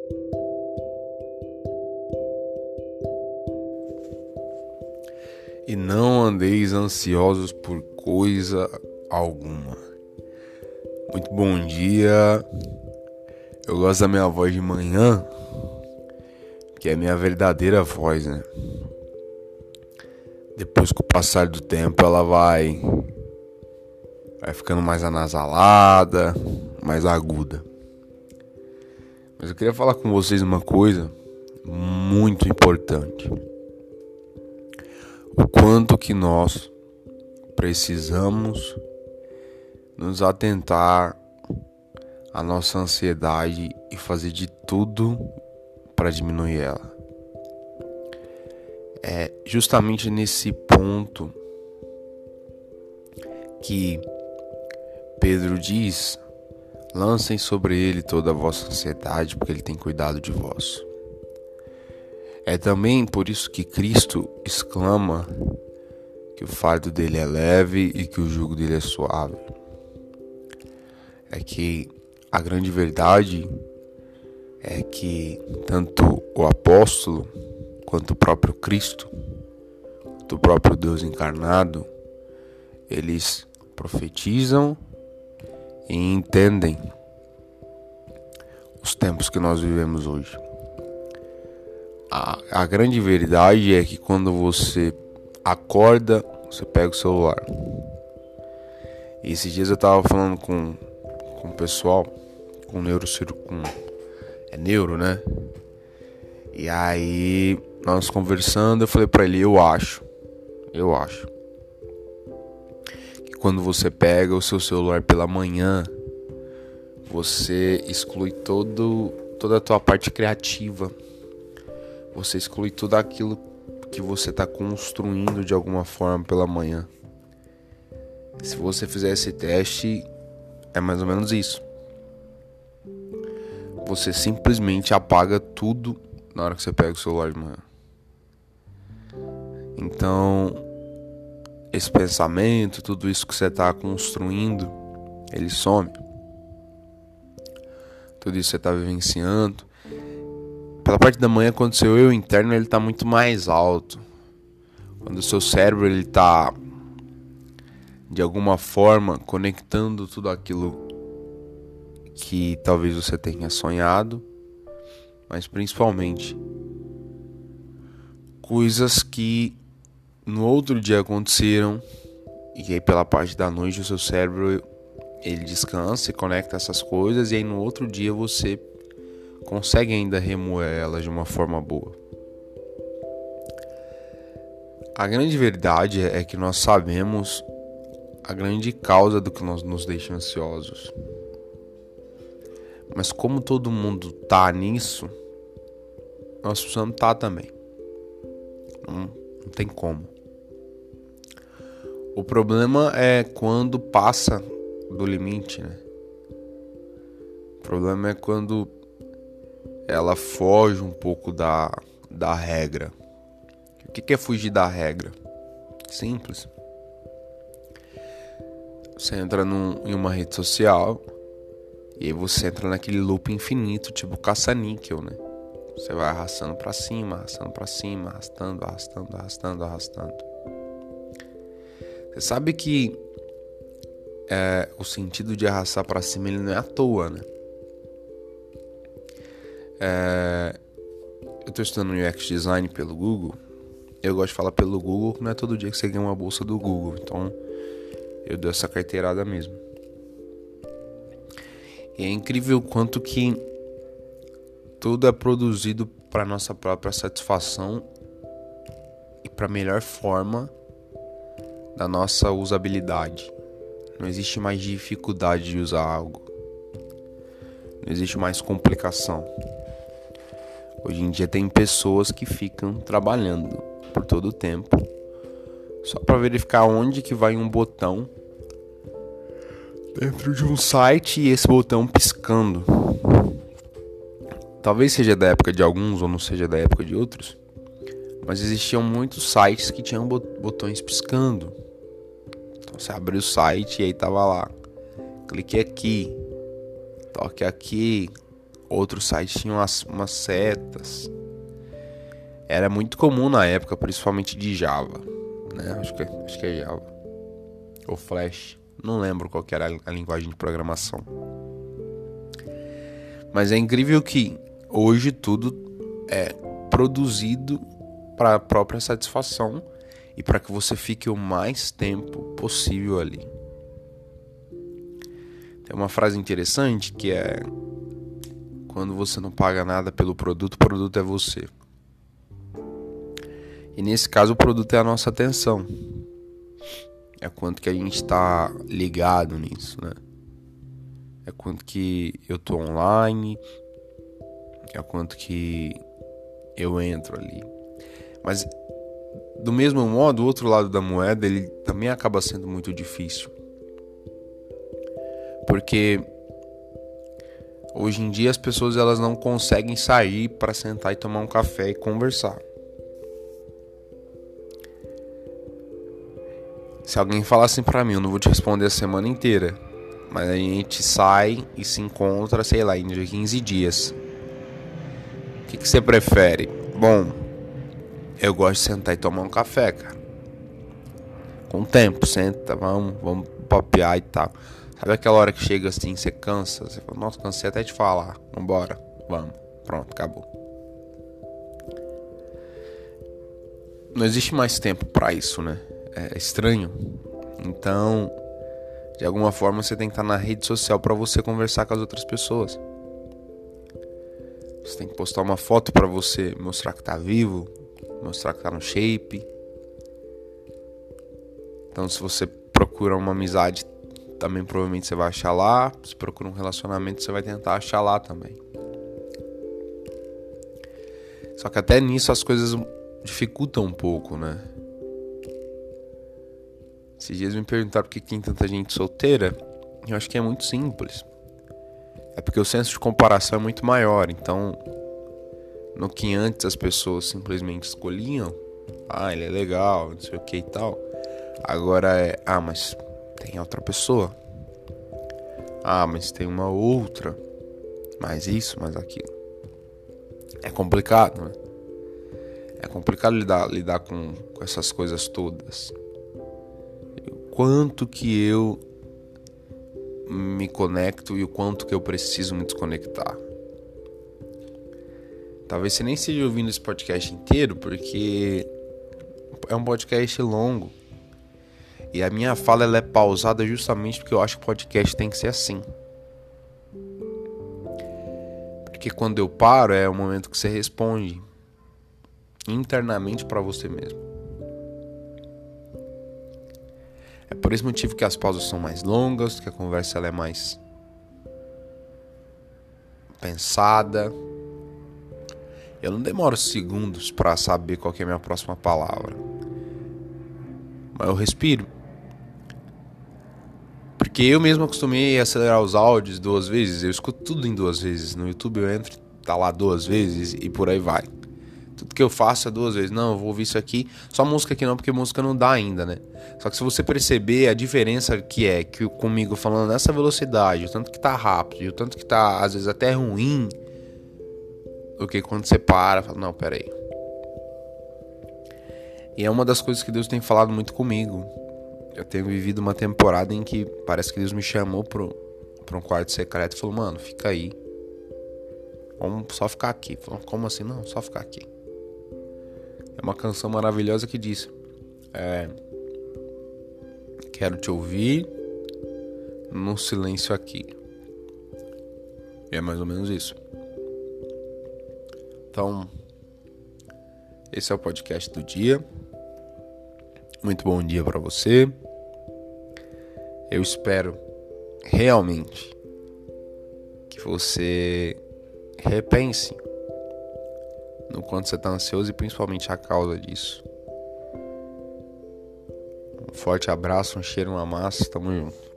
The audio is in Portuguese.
E não andeis ansiosos por coisa alguma. Muito bom dia. Eu gosto da minha voz de manhã, que é a minha verdadeira voz, né? Depois, com o passar do tempo, ela vai ficando mais anasalada, mais aguda. Mas eu queria falar com vocês uma coisa muito importante. O quanto que nós precisamos nos atentar à nossa ansiedade e fazer de tudo para diminuir ela. É justamente nesse ponto que Pedro diz: lancem sobre ele toda a vossa ansiedade, porque ele tem cuidado de vós. É também por isso que Cristo exclama que o fardo dele é leve e que o jugo dele é suave. É que a grande verdade é que tanto o apóstolo quanto o próprio Cristo, do próprio Deus encarnado, eles profetizam e entendem os tempos que nós vivemos hoje. A grande verdade é que quando você acorda, você pega o celular. E esses dias eu tava falando com o pessoal, com é neuro, né? E aí, nós conversando, eu falei pra ele, eu acho que quando você pega o seu celular pela manhã, você exclui toda a tua parte criativa. Você exclui tudo aquilo que você está construindo de alguma forma pela manhã. Se você fizer esse teste, é mais ou menos isso. Você simplesmente apaga tudo na hora que você pega o celular de manhã. Então, esse pensamento, tudo isso que você está construindo, ele some. Tudo isso que você está vivenciando. Pela parte da manhã, quando o seu eu interno ele está muito mais alto. Quando o seu cérebro ele está, de alguma forma, conectando tudo aquilo que talvez você tenha sonhado, mas principalmente coisas que no outro dia aconteceram, e aí pela parte da noite o seu cérebro ele descansa e conecta essas coisas, e aí no outro dia você consegue ainda remoer elas de uma forma boa. A grande verdade é que nós sabemos a grande causa do que nos deixa ansiosos. Mas como todo mundo tá nisso, nós precisamos estar também. Não tem como. O problema é quando passa do limite, né? O problema é quando ela foge um pouco da regra. O que é fugir da regra? Simples. Você entra em uma rede social e aí você entra naquele loop infinito, tipo caça-níquel, né? Você vai arrastando pra cima, arrastando. Você sabe que o sentido de arrastar pra cima ele não é à toa, né? Eu tô estudando UX Design pelo Google. Eu gosto de falar pelo Google, não é todo dia que você ganha uma bolsa do Google. Então, eu dou essa carteirada mesmo. E é incrível o quanto que tudo é produzido para nossa própria satisfação e para a melhor forma da nossa usabilidade. Não existe mais dificuldade de usar algo. Não existe mais complicação. Hoje em dia tem pessoas que ficam trabalhando por todo o tempo só para verificar onde que vai um botão dentro de um site e esse botão piscando. Talvez seja da época de alguns ou não seja da época de outros, mas existiam muitos sites que tinham botões piscando. Então você abriu o site e aí tava lá: clique aqui, toque aqui, Outros sites tinham umas setas. Era muito comum na época, principalmente de Java, né? Acho que é Java. Ou Flash. Não lembro qual que era a linguagem de programação. Mas é incrível que hoje tudo é produzido para a própria satisfação e para que você fique o mais tempo possível ali. Tem uma frase interessante que é: quando você não paga nada pelo produto, o produto é você. E nesse caso o produto é a nossa atenção. É quanto que a gente está ligado nisso, né? É quanto que eu tô online. É quanto que eu entro ali. Mas do mesmo modo, o outro lado da moeda, ele também acaba sendo muito difícil. Porque hoje em dia as pessoas elas não conseguem sair para sentar e tomar um café e conversar. Se alguém falar assim pra mim, eu não vou te responder a semana inteira. Mas a gente sai e se encontra, sei lá, em 15 dias. O que você prefere? Bom, eu gosto de sentar e tomar um café, cara. Com tempo, senta, vamos papear e tal. Sabe aquela hora que chega assim, você cansa? Você fala, nossa, cansei até de falar. Vambora, vamos. Pronto, acabou. Não existe mais tempo pra isso, né? É estranho. Então, de alguma forma você tem que estar na rede social pra você conversar com as outras pessoas. Você tem que postar uma foto pra você mostrar que tá vivo, mostrar que tá no shape. Então, se você procura uma amizade, também provavelmente você vai achar lá. Se procura um relacionamento, você vai tentar achar lá também. Só que até nisso as coisas dificultam um pouco, né? Esses dias me perguntaram por que tem tanta gente solteira. Eu acho que é muito simples. É porque o senso de comparação é muito maior. Então, no que antes as pessoas simplesmente escolhiam, ele é legal, não sei o que e tal. Agora é, mas tem outra pessoa. Mas tem uma outra. Mais isso, mais aquilo. É complicado, né? É complicado lidar com essas coisas todas. O quanto que eu me conecto e o quanto que eu preciso me desconectar. Talvez você nem esteja ouvindo esse podcast inteiro, porque é um podcast longo. E a minha fala ela é pausada justamente porque eu acho que o podcast tem que ser assim. Porque quando eu paro é o momento que você responde internamente para você mesmo. É por esse motivo que as pausas são mais longas, que a conversa ela é mais pensada. Eu não demoro segundos para saber qual que é a minha próxima palavra. Mas eu respiro. Porque eu mesmo acostumei a acelerar os áudios 2 vezes. Eu escuto tudo em 2 vezes. No YouTube eu entro, tá lá 2 vezes e por aí vai. Tudo que eu faço é 2 vezes. Não, eu vou ouvir isso aqui. Só música aqui não, porque música não dá ainda, né? Só que se você perceber a diferença que é que comigo falando nessa velocidade, o tanto que tá rápido e o tanto que tá às vezes até ruim, do que quando você fala, não, peraí. E é uma das coisas que Deus tem falado muito comigo. Eu tenho vivido uma temporada em que parece que Deus me chamou pra um quarto secreto e falou, mano, fica aí. Vamos só ficar aqui. Falei, como assim? Não, só ficar aqui. É uma canção maravilhosa que diz, quero te ouvir no silêncio aqui. E é mais ou menos isso. Então, esse é o podcast do dia. Muito bom dia para você. Eu espero realmente que você repense no quanto você está ansioso e principalmente a causa disso. Um forte abraço, um cheiro, um amasso. Tamo junto.